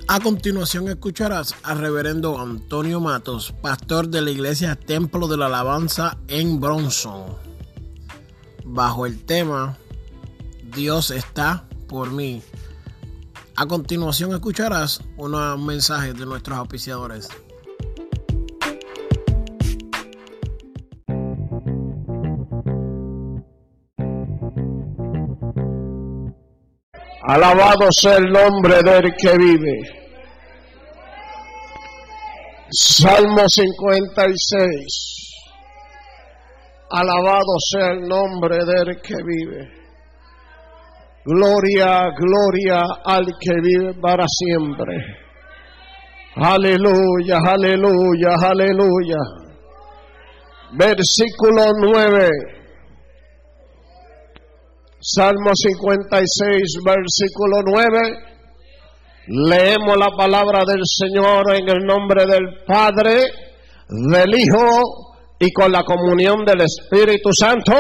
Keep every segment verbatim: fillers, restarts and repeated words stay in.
A continuación escucharás al reverendo Antonio Matos, pastor de la iglesia Templo de la Alabanza en Bronson, bajo el tema Dios está por mí. A continuación escucharás unos mensajes de nuestros auspiciadores. Alabado sea el nombre del que vive. Salmo cincuenta y seis. Alabado sea el nombre del que vive. Gloria, gloria al que vive para siempre. Aleluya, aleluya, aleluya. Versículo nueve. Salmo cincuenta y seis, versículo nueve. Leemos la palabra del Señor en el nombre del Padre, del Hijo y con la comunión del Espíritu Santo.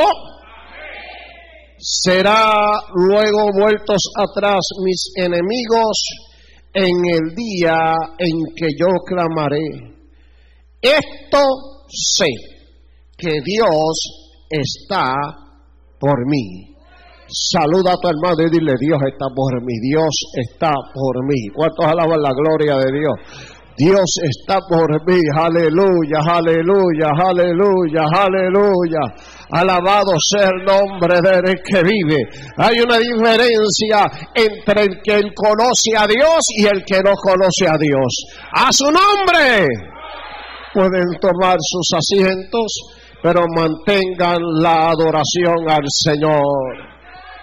Será luego vueltos atrás mis enemigos en el día en que yo clamaré. Esto sé, que Dios está por mí. Saluda a tu hermano y dile: Dios está por mí, Dios está por mí. ¿Cuántos alaban la gloria de Dios? Dios está por mí, aleluya, aleluya, aleluya, aleluya. Alabado sea el nombre del que vive. Hay una diferencia entre el que conoce a Dios y el que no conoce a Dios. ¡A su nombre! Pueden tomar sus asientos, pero mantengan la adoración al Señor.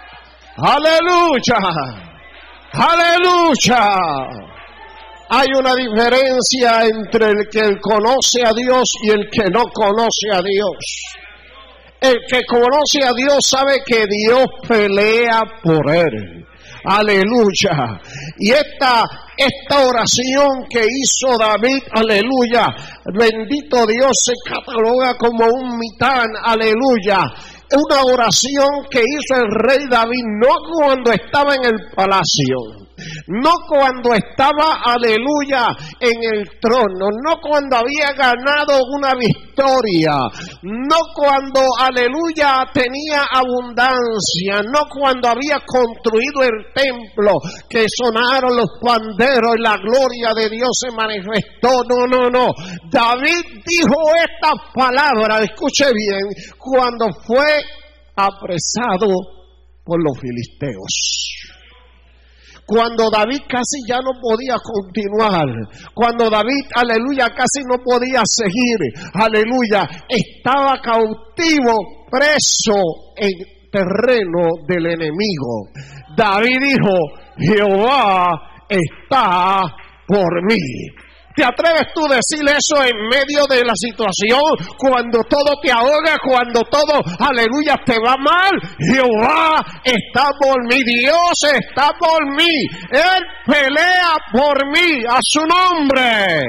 ¡Aleluya! ¡Aleluya! Hay una diferencia entre el que conoce a Dios y el que no conoce a Dios. El que conoce a Dios sabe que Dios pelea por él. Aleluya. Y esta, esta oración que hizo David, aleluya, bendito Dios, se cataloga como un mitán, aleluya. Una oración que hizo el rey David, no cuando estaba en el palacio, no cuando estaba, aleluya, en el trono, no cuando había ganado una victoria, no cuando, aleluya, tenía abundancia, no cuando había construido el templo, que sonaron los panderos y la gloria de Dios se manifestó. No, no, no. David dijo estas palabras, escuche bien, cuando fue apresado por los filisteos. Cuando David casi ya no podía continuar, cuando David, aleluya, casi no podía seguir, aleluya, estaba cautivo, preso en terreno del enemigo. David dijo: Jehová está por mí. ¿Te atreves tú a decir eso en medio de la situación? Cuando todo te ahoga, cuando todo, aleluya, te va mal. Jehová está por mí, Dios está por mí. Él pelea por mí, a su nombre.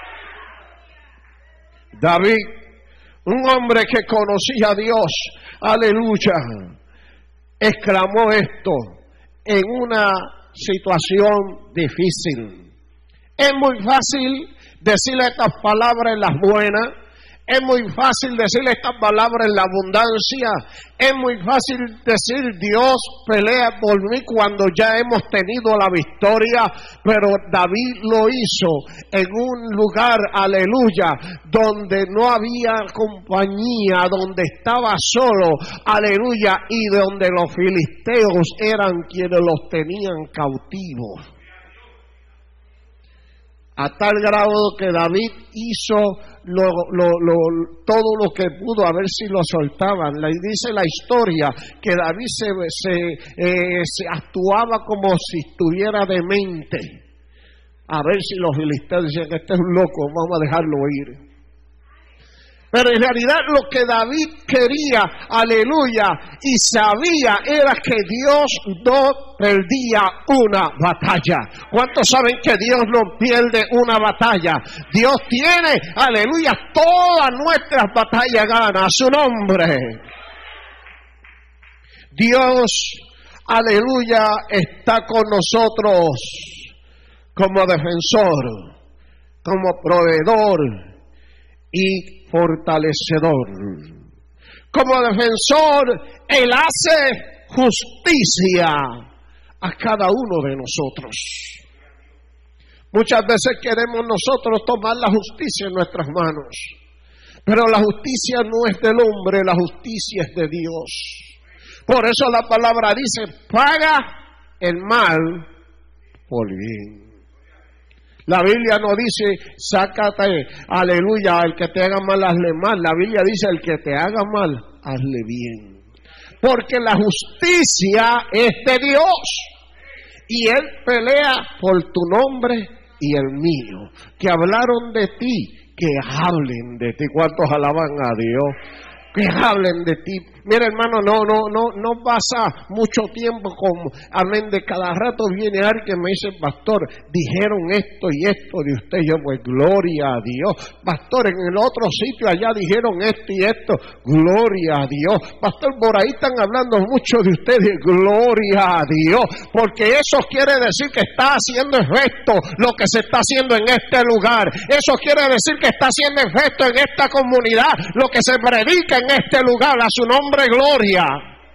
David, un hombre que conocía a Dios, aleluya, exclamó esto en una situación difícil. Es muy fácil decirle estas palabras en las buenas, es muy fácil decirle estas palabras en la abundancia, es muy fácil decir Dios pelea por mí cuando ya hemos tenido la victoria, pero David lo hizo en un lugar, aleluya, donde no había compañía, donde estaba solo, aleluya, y donde los filisteos eran quienes los tenían cautivos. A tal grado que David hizo lo, lo, lo, todo lo que pudo a ver si lo soltaban. Le dice la historia que David se, se, eh, se actuaba como si estuviera demente. A ver si los filisteos decían que este es un loco, vamos a dejarlo ir. Pero en realidad lo que David quería, aleluya, y sabía era que Dios no perdía una batalla. ¿Cuántos saben que Dios no pierde una batalla? Dios tiene, aleluya, todas nuestras batallas gana a su nombre. Dios, aleluya, está con nosotros como defensor, como proveedor y fortalecedor. Como defensor, Él hace justicia a cada uno de nosotros. Muchas veces queremos nosotros tomar la justicia en nuestras manos, pero la justicia no es del hombre, la justicia es de Dios. Por eso la palabra dice, paga el mal por bien. La Biblia no dice, sácate, aleluya, al que te haga mal, hazle mal. La Biblia dice, el que te haga mal, hazle bien. Porque la justicia es de Dios. Y Él pelea por tu nombre y el mío. Que hablaron de ti, que hablen de ti. ¿Cuántos alaban a Dios? Que hablen de ti. Mira, hermano, no, no, no, no pasa mucho tiempo con, amén, de cada rato viene alguien que me dice, pastor, dijeron esto y esto de usted. Yo, pues, gloria a Dios. Pastor, en el otro sitio allá dijeron esto y esto. Gloria a Dios. Pastor, por ahí están hablando mucho de usted. Gloria a Dios. Porque eso quiere decir que está haciendo efecto lo que se está haciendo en este lugar. Eso quiere decir que está haciendo efecto en esta comunidad lo que se predica en este lugar. A su nombre, gloria.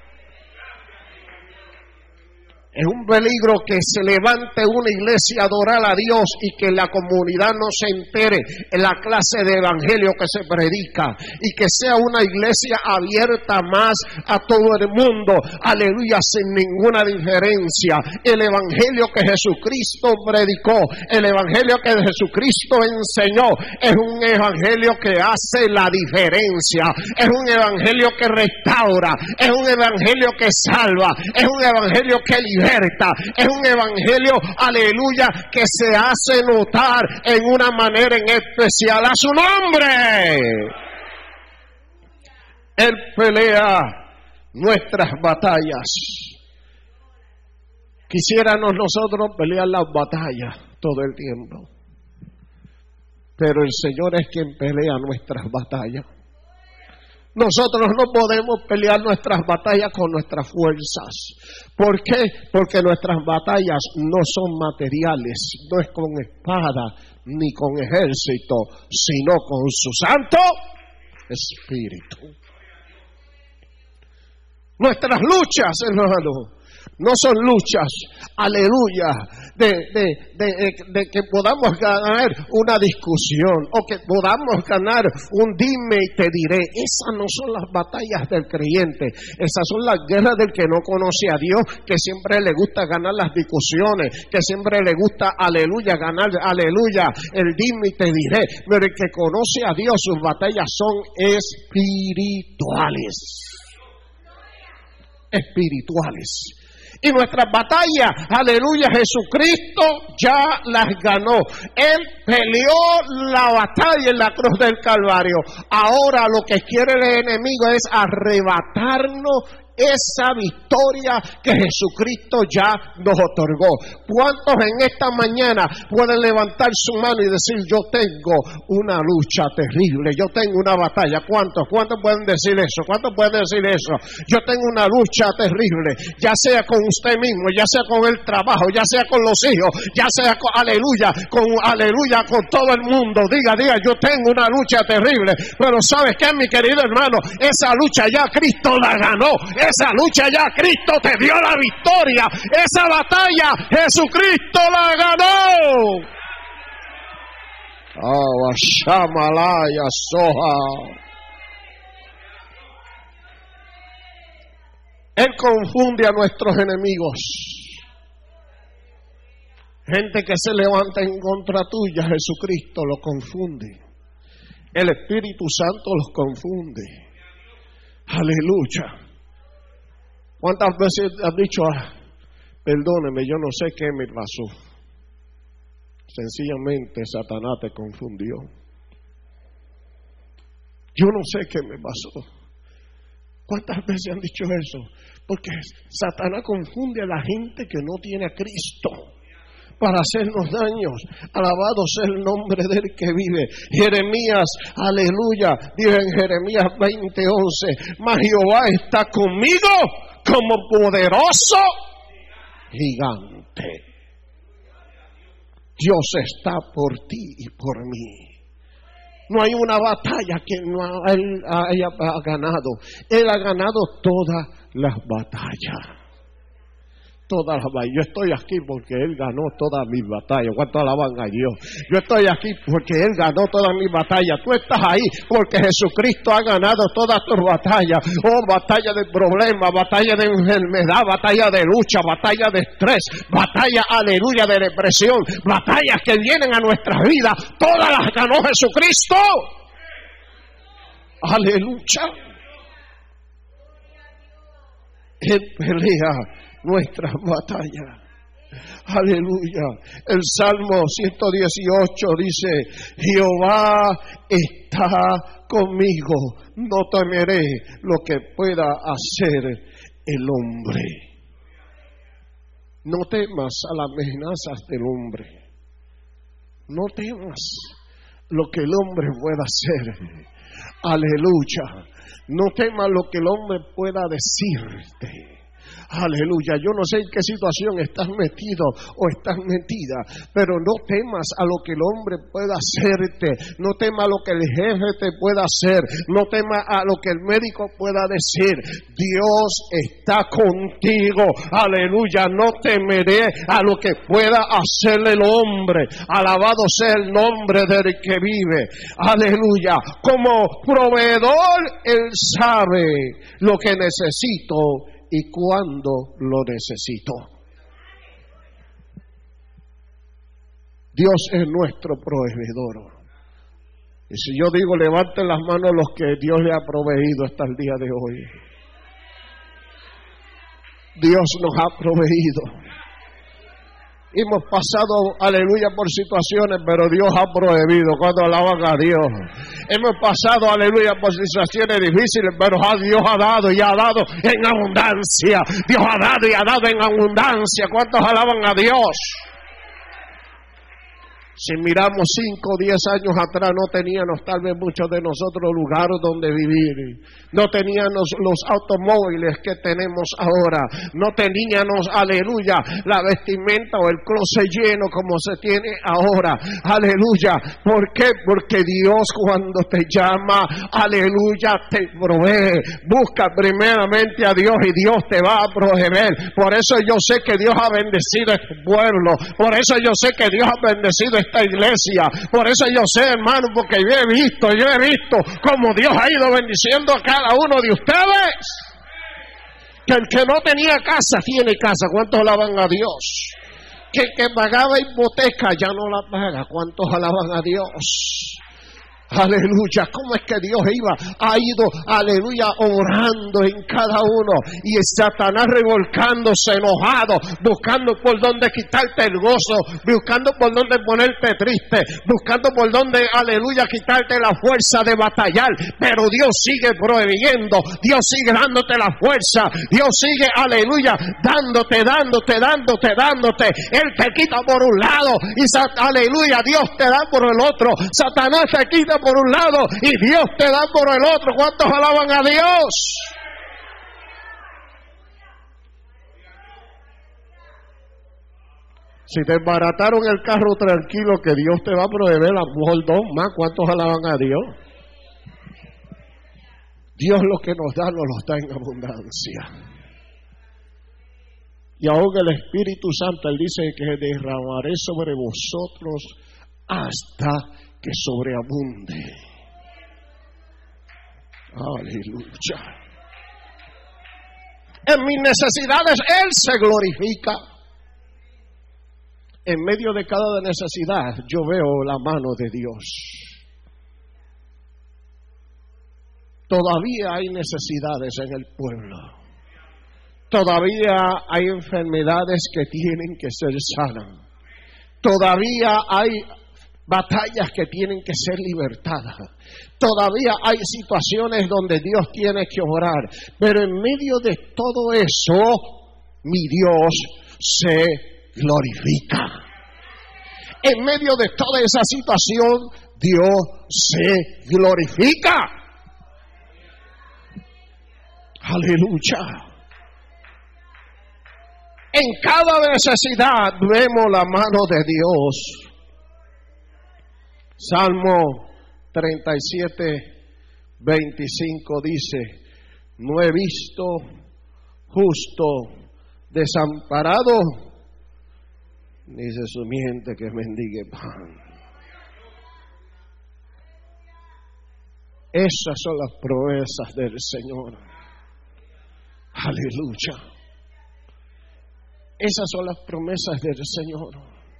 Es un peligro que se levante una iglesia a adorar a Dios y que la comunidad no se entere en la clase de evangelio que se predica, y que sea una iglesia abierta más a todo el mundo, aleluya, sin ninguna diferencia. El evangelio que Jesucristo predicó, el evangelio que Jesucristo enseñó, es un evangelio que hace la diferencia, es un evangelio que restaura, es un evangelio que salva, es un evangelio que libera. Es un evangelio, aleluya, que se hace notar en una manera en especial. A su nombre. Él pelea nuestras batallas. Quisiéramos nosotros pelear las batallas todo el tiempo, pero el Señor es quien pelea nuestras batallas. Nosotros no podemos pelear nuestras batallas con nuestras fuerzas. ¿Por qué? Porque nuestras batallas no son materiales, no es con espada ni con ejército, sino con su Santo Espíritu. Nuestras luchas, hermano, no son luchas, aleluya, de, de, de, de, de que podamos ganar una discusión o que podamos ganar un dime y te diré. Esas no son las batallas del creyente, esas son las guerras del que no conoce a Dios, que siempre le gusta ganar las discusiones, que siempre le gusta, aleluya, ganar, aleluya, el dime y te diré. Pero el que conoce a Dios, sus batallas son espirituales. Espirituales. Y nuestras batallas, aleluya, Jesucristo ya las ganó. Él peleó la batalla en la cruz del Calvario. Ahora lo que quiere el enemigo es arrebatarnos esa victoria que Jesucristo ya nos otorgó. ¿Cuántos en esta mañana pueden levantar su mano y decir, yo tengo una lucha terrible, yo tengo una batalla? ¿Cuántos? ¿Cuántos pueden decir eso? ¿Cuántos pueden decir eso? Yo tengo una lucha terrible, ya sea con usted mismo, ya sea con el trabajo, ya sea con los hijos, ya sea con, aleluya, con aleluya, con todo el mundo. Diga, diga, yo tengo una lucha terrible. Pero ¿sabes qué, mi querido hermano? Esa lucha ya Cristo la ganó. Esa lucha ya Cristo te dio la victoria. Esa batalla Jesucristo la ganó. Oh, Shamalaya Soha. Él confunde a nuestros enemigos. Gente que se levanta en contra tuya, Jesucristo lo confunde. El Espíritu Santo los confunde. Aleluya. ¿Cuántas veces has dicho, ah, perdóneme, yo no sé qué me pasó? Sencillamente Satanás te confundió. Yo no sé qué me pasó. ¿Cuántas veces han dicho eso? Porque Satanás confunde a la gente que no tiene a Cristo para hacernos daños. Alabado sea el nombre del que vive. Jeremías, aleluya, dice en Jeremías veinte once, mas Jehová está conmigo como poderoso gigante. Dios está por ti y por mí. No hay una batalla que no él haya ganado. Él ha ganado todas las batallas. Todas las batallas. Yo estoy aquí porque Él ganó todas mis batallas. ¿Cuánto alaban a Dios? Yo estoy aquí porque Él ganó todas mis batallas. Tú estás ahí porque Jesucristo ha ganado todas tus batallas. Oh, batalla de problemas, batalla de enfermedad, batalla de lucha, batalla de estrés, batalla, aleluya, de depresión, batallas que vienen a nuestra vida. Todas las ganó Jesucristo. Aleluya. Él pelea nuestras batallas. Aleluya. El Salmo ciento dieciocho dice: Jehová está conmigo, no temeré lo que pueda hacer el hombre. No temas a las amenazas del hombre. No temas lo que el hombre pueda hacer. Aleluya. No temas lo que el hombre pueda decirte. Aleluya, yo no sé en qué situación estás metido o estás metida, pero no temas a lo que el hombre pueda hacerte, no temas a lo que el jefe te pueda hacer, no temas a lo que el médico pueda decir. Dios está contigo, aleluya, no temeré a lo que pueda hacer el hombre. Alabado sea el nombre del que vive, aleluya. Como proveedor, Él sabe lo que necesito y cuando lo necesito. Dios es nuestro proveedor. Y si yo digo, levanten las manos los que Dios le ha proveído hasta el día de hoy. Dios nos ha proveído. Hemos pasado, aleluya, por situaciones, pero Dios ha proveído. Cuando alaban a Dios. Hemos pasado, aleluya, por situaciones difíciles, pero Dios ha dado y ha dado en abundancia. Dios ha dado y ha dado en abundancia. ¿Cuántos alaban a Dios? Si miramos cinco o diez años atrás, no teníamos tal vez muchos de nosotros lugar donde vivir. No teníamos los automóviles que tenemos ahora. No teníamos, aleluya, la vestimenta o el closet lleno como se tiene ahora. Aleluya. ¿Por qué? Porque Dios cuando te llama, aleluya, te provee. Busca primeramente a Dios y Dios te va a proveer. Por eso yo sé que Dios ha bendecido este pueblo. Por eso yo sé que Dios ha bendecido esta iglesia. Por eso yo sé, hermano, porque yo he visto, yo he visto cómo Dios ha ido bendiciendo a cada uno de ustedes. Que el que no tenía casa tiene casa. ¿Cuántos alaban a Dios? Que el que pagaba hipoteca ya no la paga. ¿Cuántos alaban a Dios? Aleluya, ¿cómo es que Dios iba, ha ido, aleluya, orando en cada uno? Y Satanás revolcándose, enojado, buscando por dónde quitarte el gozo, buscando por dónde ponerte triste, buscando por dónde, aleluya, quitarte la fuerza de batallar. Pero Dios sigue proveyendo, Dios sigue dándote la fuerza, Dios sigue, aleluya, dándote, dándote, dándote, dándote. Él te quita por un lado y, aleluya, Dios te da por el otro. Satanás te quita por un lado y Dios te da por el otro. ¿Cuántos alaban a Dios? Si te embarataron el carro, tranquilo, que Dios te va a proveer a mejor dos más. ¿Cuántos alaban a Dios? Dios lo que nos da, nos lo da en abundancia. Y aún el Espíritu Santo, Él dice que derramaré sobre vosotros hasta que sobreabunde. Aleluya. En mis necesidades Él se glorifica. En medio de cada necesidad yo veo la mano de Dios. Todavía hay necesidades en el pueblo. Todavía hay enfermedades que tienen que ser sanas. Todavía hay batallas que tienen que ser libertadas. Todavía hay situaciones donde Dios tiene que orar. Pero en medio de todo eso, mi Dios se glorifica. En medio de toda esa situación, Dios se glorifica. Aleluya. En cada necesidad vemos la mano de Dios. Salmo treinta y siete, veinticinco dice: no he visto justo desamparado, ni se sumiente que mendigue pan. Esas son las promesas del Señor. Aleluya. Esas son las promesas del Señor.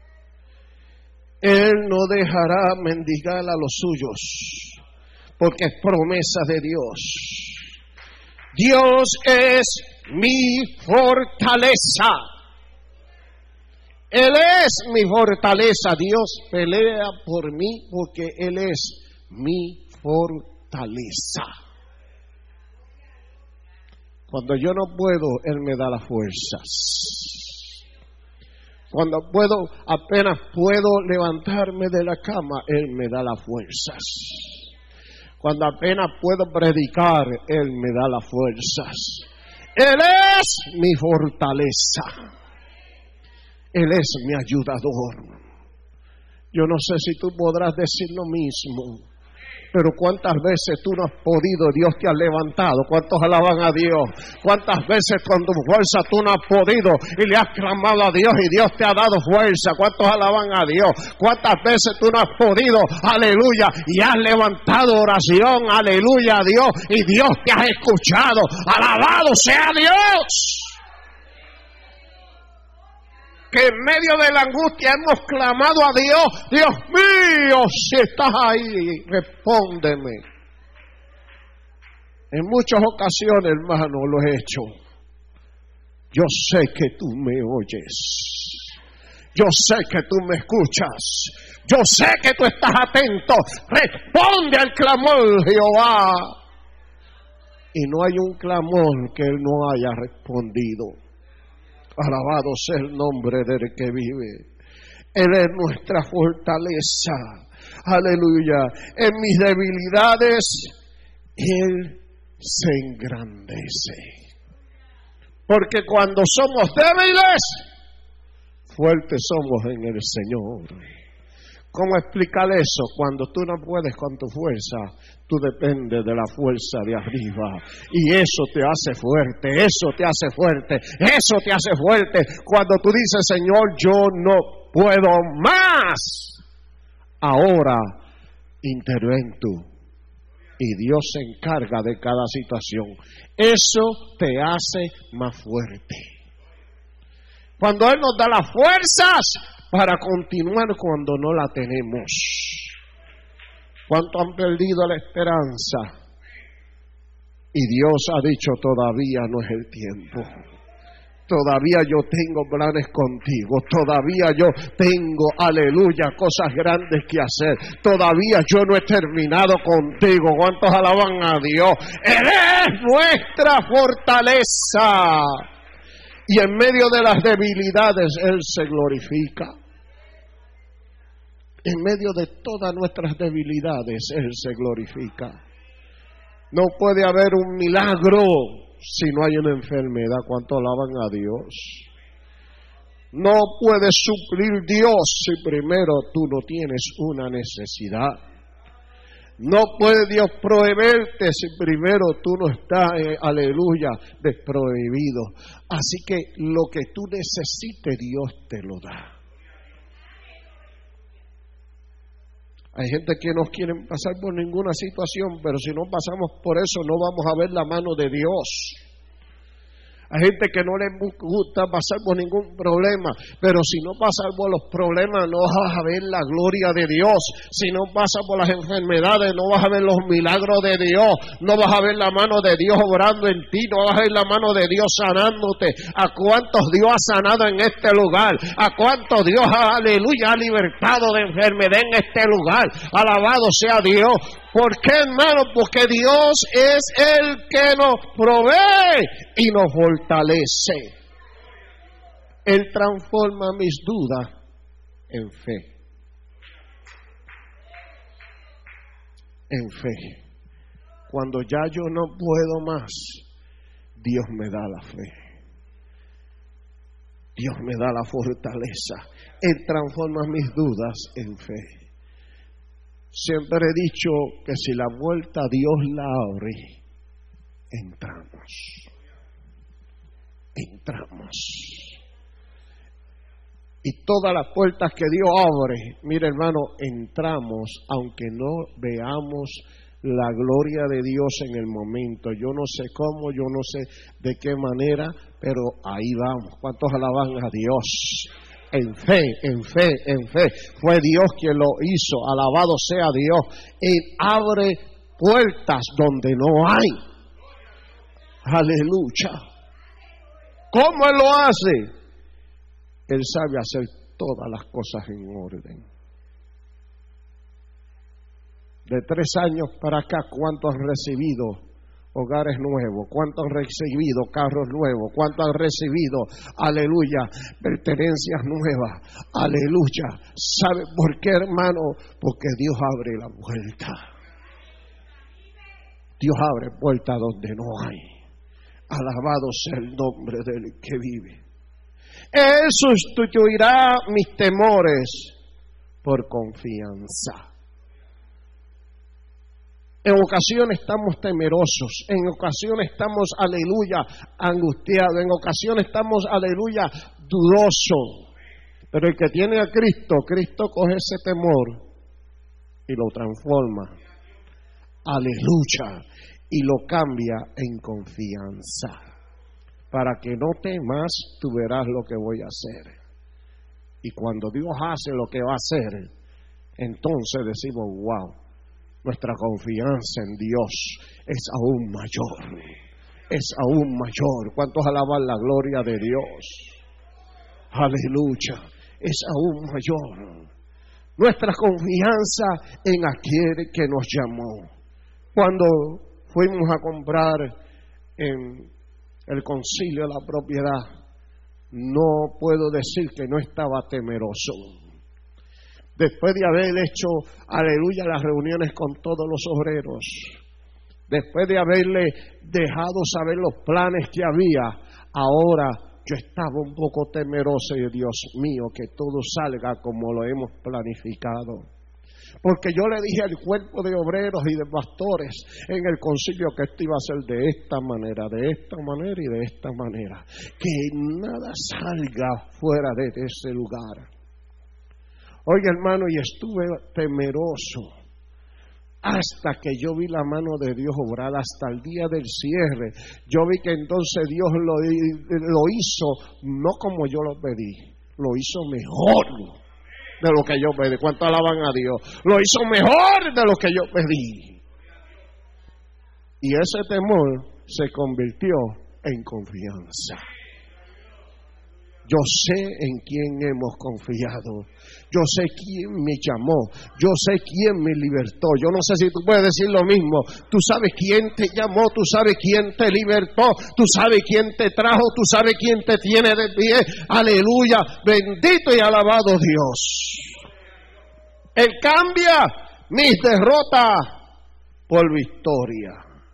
Él no dejará mendigar a los suyos, porque es promesa de Dios. Dios es mi fortaleza. Él es mi fortaleza. Dios pelea por mí porque Él es mi fortaleza. Cuando yo no puedo, Él me da las fuerzas. Cuando puedo, apenas puedo levantarme de la cama, Él me da las fuerzas. Cuando apenas puedo predicar, Él me da las fuerzas. Él es mi fortaleza. Él es mi ayudador. Yo no sé si tú podrás decir lo mismo, pero cuántas veces tú no has podido, Dios te ha levantado. ¿Cuántos alaban a Dios? ¿Cuántas veces con tu fuerza tú no has podido y le has clamado a Dios y Dios te ha dado fuerza? ¿Cuántos alaban a Dios? ¿Cuántas veces tú no has podido, aleluya, y has levantado oración, aleluya a Dios, y Dios te ha escuchado? ¡Alabado sea Dios! Que en medio de la angustia hemos clamado a Dios: Dios mío, si estás ahí, respóndeme. En muchas ocasiones, hermano, lo he hecho. Yo sé que tú me oyes. Yo sé que tú me escuchas. Yo sé que tú estás atento. Responde al clamor de Jehová. Y no hay un clamor que Él no haya respondido. Alabado sea el nombre del que vive. Él es nuestra fortaleza. Aleluya. En mis debilidades, Él se engrandece. Porque cuando somos débiles, fuertes somos en el Señor. ¿Cómo explicar eso? Cuando tú no puedes con tu fuerza, tú dependes de la fuerza de arriba. Y eso te hace fuerte, eso te hace fuerte, eso te hace fuerte. Cuando tú dices: Señor, yo no puedo más, ahora interven tú. Y Dios se encarga de cada situación. Eso te hace más fuerte. Cuando Él nos da las fuerzas para continuar cuando no la tenemos. ¿Cuánto han perdido la esperanza? Y Dios ha dicho: todavía no es el tiempo. Todavía yo tengo planes contigo. Todavía yo tengo, aleluya, cosas grandes que hacer. Todavía yo no he terminado contigo. ¿Cuántos alaban a Dios? Él es nuestra fortaleza. Y en medio de las debilidades, Él se glorifica. En medio de todas nuestras debilidades, Él se glorifica. No puede haber un milagro si no hay una enfermedad. ¿Cuánto alaban a Dios? No puede suplir Dios si primero tú no tienes una necesidad. No puede Dios proveerte si primero tú no estás, eh, aleluya, desprohibido. Así que lo que tú necesites, Dios te lo da. Hay gente que no quiere pasar por ninguna situación, pero si no pasamos por eso no vamos a ver la mano de Dios. Hay gente que no le gusta pasar por ningún problema, pero si no pasa por los problemas no vas a ver la gloria de Dios. Si no pasa por las enfermedades no vas a ver los milagros de Dios. No vas a ver la mano de Dios obrando en ti, no vas a ver la mano de Dios sanándote. ¿A cuántos Dios ha sanado en este lugar? ¿A cuántos Dios, aleluya, ha libertado de enfermedad en este lugar? Alabado sea Dios. ¿Por qué, hermano? Porque Dios es el que nos provee y nos fortalece. Él transforma mis dudas en fe. En fe. Cuando ya yo no puedo más, Dios me da la fe. Dios me da la fortaleza. Él transforma mis dudas en fe. Siempre he dicho que si la puerta Dios la abre, entramos. Entramos. Y todas las puertas que Dios abre, mire hermano, entramos aunque no veamos la gloria de Dios en el momento. Yo no sé cómo, yo no sé de qué manera, pero ahí vamos. ¿Cuántos alaban a Dios? En fe, en fe, en fe. Fue Dios quien lo hizo. Alabado sea Dios. Él abre puertas donde no hay. Aleluya. ¿Cómo Él lo hace? Él sabe hacer todas las cosas en orden. De tres años para acá, ¿cuántos han recibido hogares nuevos? ¿Cuántos han recibido carros nuevos? ¿Cuántos han recibido, aleluya, pertenencias nuevas? Aleluya. ¿Sabe por qué, hermano? Porque Dios abre la puerta. Dios abre puerta donde no hay. Alabado sea el nombre del que vive. Él sustituirá mis temores por confianza. En ocasiones estamos temerosos, en ocasiones estamos, aleluya, angustiados, en ocasiones estamos, aleluya, dudosos. Pero el que tiene a Cristo, Cristo coge ese temor y lo transforma, aleluya, y lo cambia en confianza. Para que no temas, tú verás lo que voy a hacer. Y cuando Dios hace lo que va a hacer, entonces decimos, wow, nuestra confianza en Dios es aún mayor, es aún mayor. ¿Cuántos alaban la gloria de Dios? Aleluya, es aún mayor. Nuestra confianza en aquel que nos llamó. Cuando fuimos a comprar en el concilio de la propiedad, no puedo decir que no estaba temeroso. Después de haber hecho, aleluya, las reuniones con todos los obreros, después de haberle dejado saber los planes que había, ahora yo estaba un poco temeroso y Dios mío, que todo salga como lo hemos planificado. Porque yo le dije al cuerpo de obreros y de pastores en el concilio que esto iba a ser de esta manera, de esta manera y de esta manera. Que nada salga fuera de ese lugar. Oiga, hermano, y estuve temeroso hasta que yo vi la mano de Dios obrar hasta el día del cierre. Yo vi que entonces Dios lo, lo hizo no como yo lo pedí, lo hizo mejor de lo que yo pedí. ¿Cuánto alaban a Dios? Lo hizo mejor de lo que yo pedí. Y ese temor se convirtió en confianza. Yo sé en quién hemos confiado. Yo sé quién me llamó. Yo sé quién me libertó. Yo no sé si tú puedes decir lo mismo. Tú sabes quién te llamó. Tú sabes quién te libertó. Tú sabes quién te trajo. Tú sabes quién te tiene de pie. Aleluya. Bendito y alabado Dios. Él cambia mis derrotas por victoria.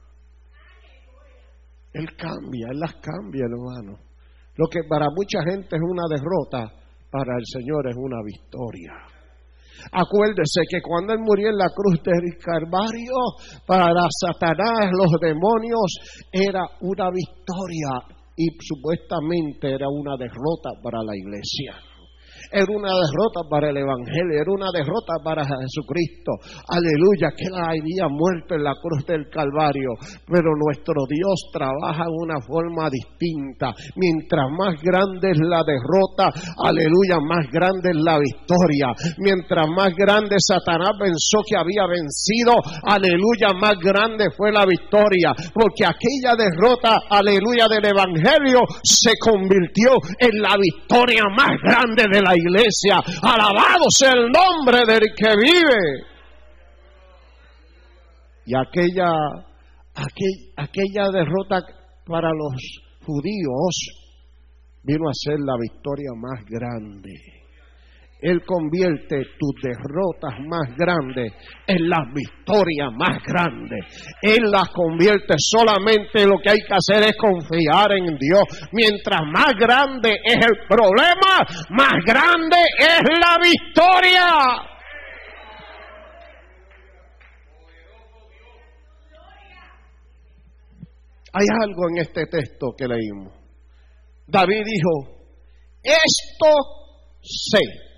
Él cambia. Él las cambia, hermano. Lo que para mucha gente es una derrota, para el Señor es una victoria. Acuérdese que cuando Él murió en la cruz del Calvario, para Satanás, los demonios, era una victoria y supuestamente era una derrota para la iglesia. Era una derrota para el Evangelio, era una derrota para Jesucristo. Aleluya, que Él había muerto en la cruz del Calvario. Pero nuestro Dios trabaja de una forma distinta. Mientras más grande es la derrota, aleluya, más grande es la victoria. Mientras más grande Satanás pensó que había vencido, aleluya, más grande fue la victoria. Porque aquella derrota, aleluya, del Evangelio se convirtió en la victoria más grande de la iglesia. Alabado sea el nombre del que vive. Y aquella aquel, aquella derrota para los judíos vino a ser la victoria más grande. Él convierte tus derrotas más grandes en las victorias más grandes. Él las convierte. Solamente lo que hay que hacer es confiar en Dios. Mientras más grande es el problema, más grande es la victoria. Hay algo en este texto que leímos. David dijo, esto sé.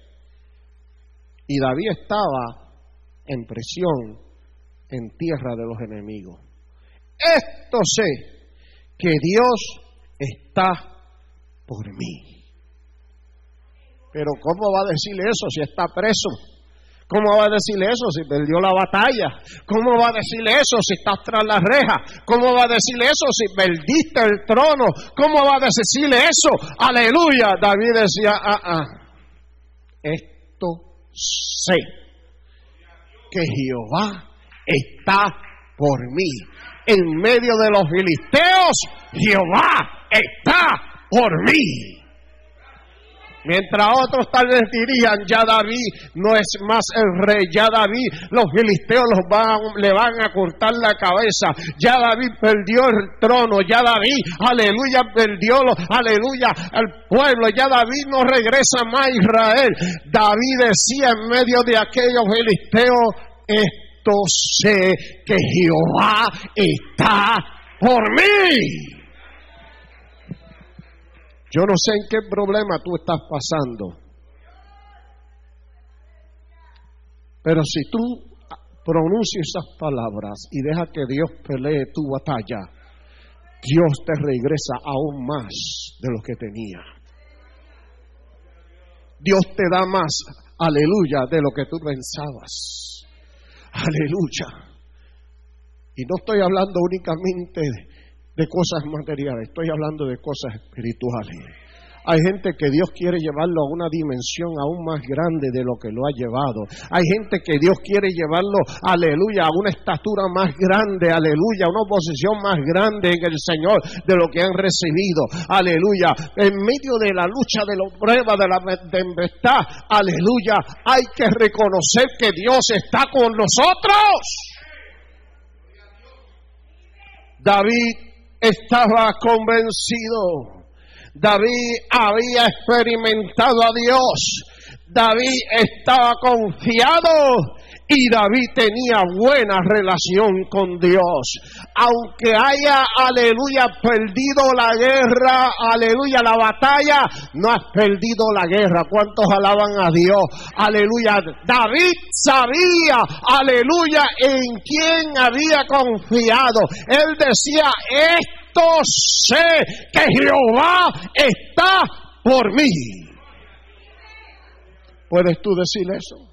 Y David estaba en prisión en tierra de los enemigos. Esto sé, que Dios está por mí. Pero ¿cómo va a decirle eso si está preso? ¿Cómo va a decirle eso si perdió la batalla? ¿Cómo va a decirle eso si estás tras la reja? ¿Cómo va a decirle eso si perdiste el trono? ¿Cómo va a decirle eso? Aleluya. David decía, ah, ah, esto sé, que Jehová está por mí. En medio de los filisteos, Jehová está por mí. Mientras otros tal vez dirían, ya David no es más el rey, ya David, los filisteos los van, le van a cortar la cabeza, ya David perdió el trono, ya David, aleluya, perdió, aleluya, el pueblo, ya David no regresa más a Israel. David decía en medio de aquellos filisteos, esto sé, que Jehová está por mí. Yo no sé en qué problema tú estás pasando, pero si tú pronuncias esas palabras y deja que Dios pelee tu batalla, Dios te regresa aún más de lo que tenía. Dios te da más, aleluya, de lo que tú pensabas. Aleluya. Y no estoy hablando únicamente de de cosas materiales, estoy hablando de cosas espirituales. Hay gente que Dios quiere llevarlo a una dimensión aún más grande de lo que lo ha llevado. Hay gente que Dios quiere llevarlo, aleluya, a una estatura más grande, aleluya, a una posición más grande en el Señor de lo que han recibido, aleluya. En medio de la lucha, de la prueba, de la tempestad, aleluya, hay que reconocer que Dios está con nosotros. David estaba convencido. David había experimentado a Dios. David estaba confiado y David tenía buena relación con Dios. Aunque haya, aleluya, perdido la guerra, aleluya, la batalla, no has perdido la guerra. ¿Cuántos alaban a Dios? Aleluya. David sabía, aleluya, en quién había confiado. Él decía, esto sé, que Jehová está por mí. ¿Puedes tú decir eso?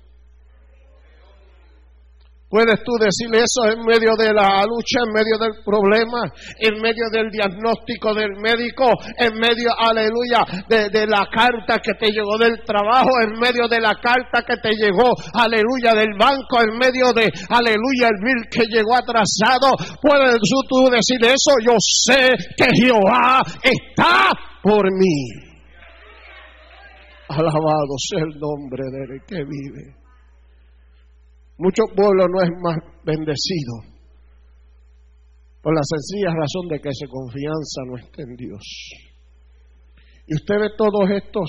¿Puedes tú decir eso en medio de la lucha, en medio del problema, en medio del diagnóstico del médico, en medio, aleluya, de, de la carta que te llegó del trabajo, en medio de la carta que te llegó, aleluya, del banco, en medio de, aleluya, el bill que llegó atrasado? ¿Puedes tú decir eso? Yo sé que Jehová está por mí. Alabado sea el nombre del que vive. Mucho pueblo no es más bendecido por la sencilla razón de que su confianza no está en Dios. Y usted ve todos estos,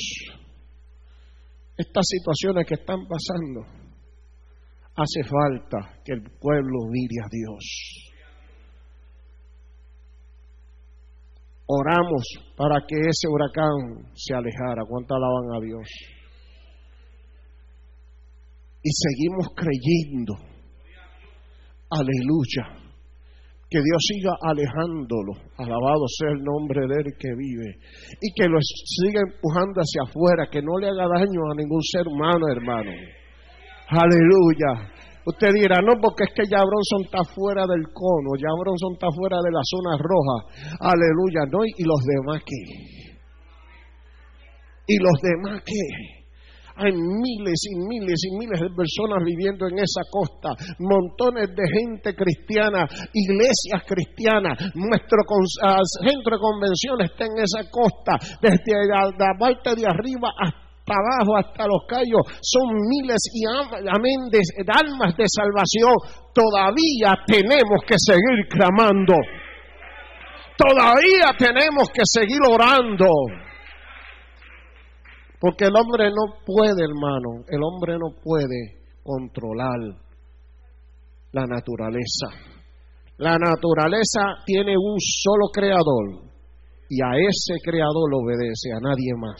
estas situaciones que están pasando. Hace falta que el pueblo mire a Dios. Oramos para que ese huracán se alejara. ¿Cuánto alaban a Dios? Y seguimos creyendo, aleluya, que Dios siga alejándolo, alabado sea el nombre de Él que vive, y que lo siga empujando hacia afuera, que no le haga daño a ningún ser humano, hermano. Aleluya. Usted dirá, no, porque es que ya Bronson está fuera del cono, ya Bronson está fuera de la zona roja. Aleluya, ¿no? ¿Y los demás qué? ¿Y los demás qué? Hay miles y miles y miles de personas viviendo en esa costa, montones de gente cristiana, iglesias cristinas. Nuestro uh, centro de convención está en esa costa, desde la, la parte de arriba hasta abajo, hasta los Cayos. Son miles y amén de, de almas de salvación. Todavía tenemos que seguir clamando, todavía tenemos que seguir orando. Porque el hombre no puede, hermano, el hombre no puede controlar la naturaleza. La naturaleza tiene un solo creador y a ese creador lo obedece, a nadie más.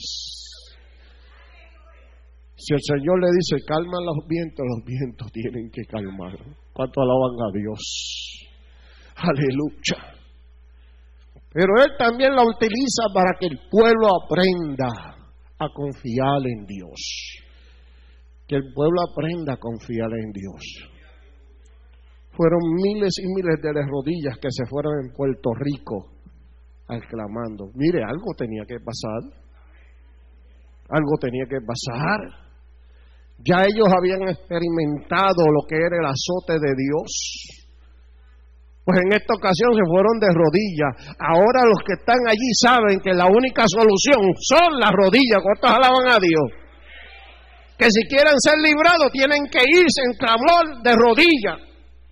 Si el Señor le dice calma los vientos, los vientos tienen que calmar. ¿Cuánto alaban a Dios? Aleluya. Pero Él también la utiliza para que el pueblo aprenda a confiar en Dios. Que el pueblo aprenda a confiar en Dios. Fueron miles y miles de rodillas que se fueron en Puerto Rico aclamando. Mire, algo tenía que pasar. Algo tenía que pasar. Ya ellos habían experimentado lo que era el azote de Dios. Pues en esta ocasión se fueron de rodillas. Ahora los que están allí saben que la única solución son las rodillas. ¿Cuántos alaban a Dios? Que si quieren ser librados tienen que irse en clamor de rodillas.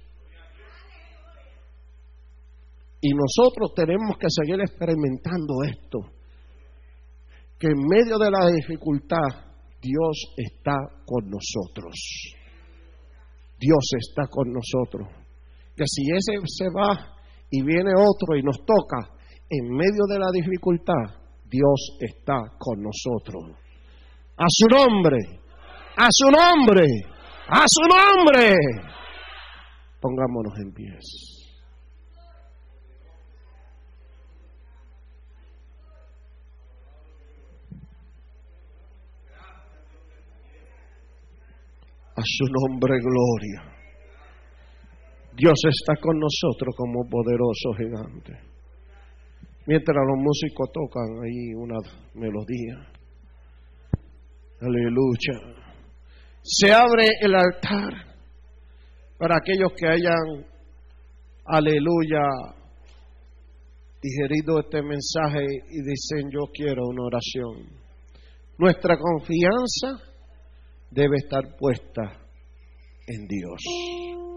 Y nosotros tenemos que seguir experimentando esto. Que en medio de la dificultad Dios está con nosotros. Dios está con nosotros. Que si ese se va y viene otro y nos toca, en medio de la dificultad, Dios está con nosotros. A su nombre, a su nombre, a su nombre. Pongámonos en pies. A su nombre, gloria. Dios está con nosotros como poderoso gigante. Mientras los músicos tocan ahí una melodía. Aleluya. Se abre el altar para aquellos que hayan, aleluya, digerido este mensaje y dicen: yo quiero una oración. Nuestra confianza debe estar puesta en Dios.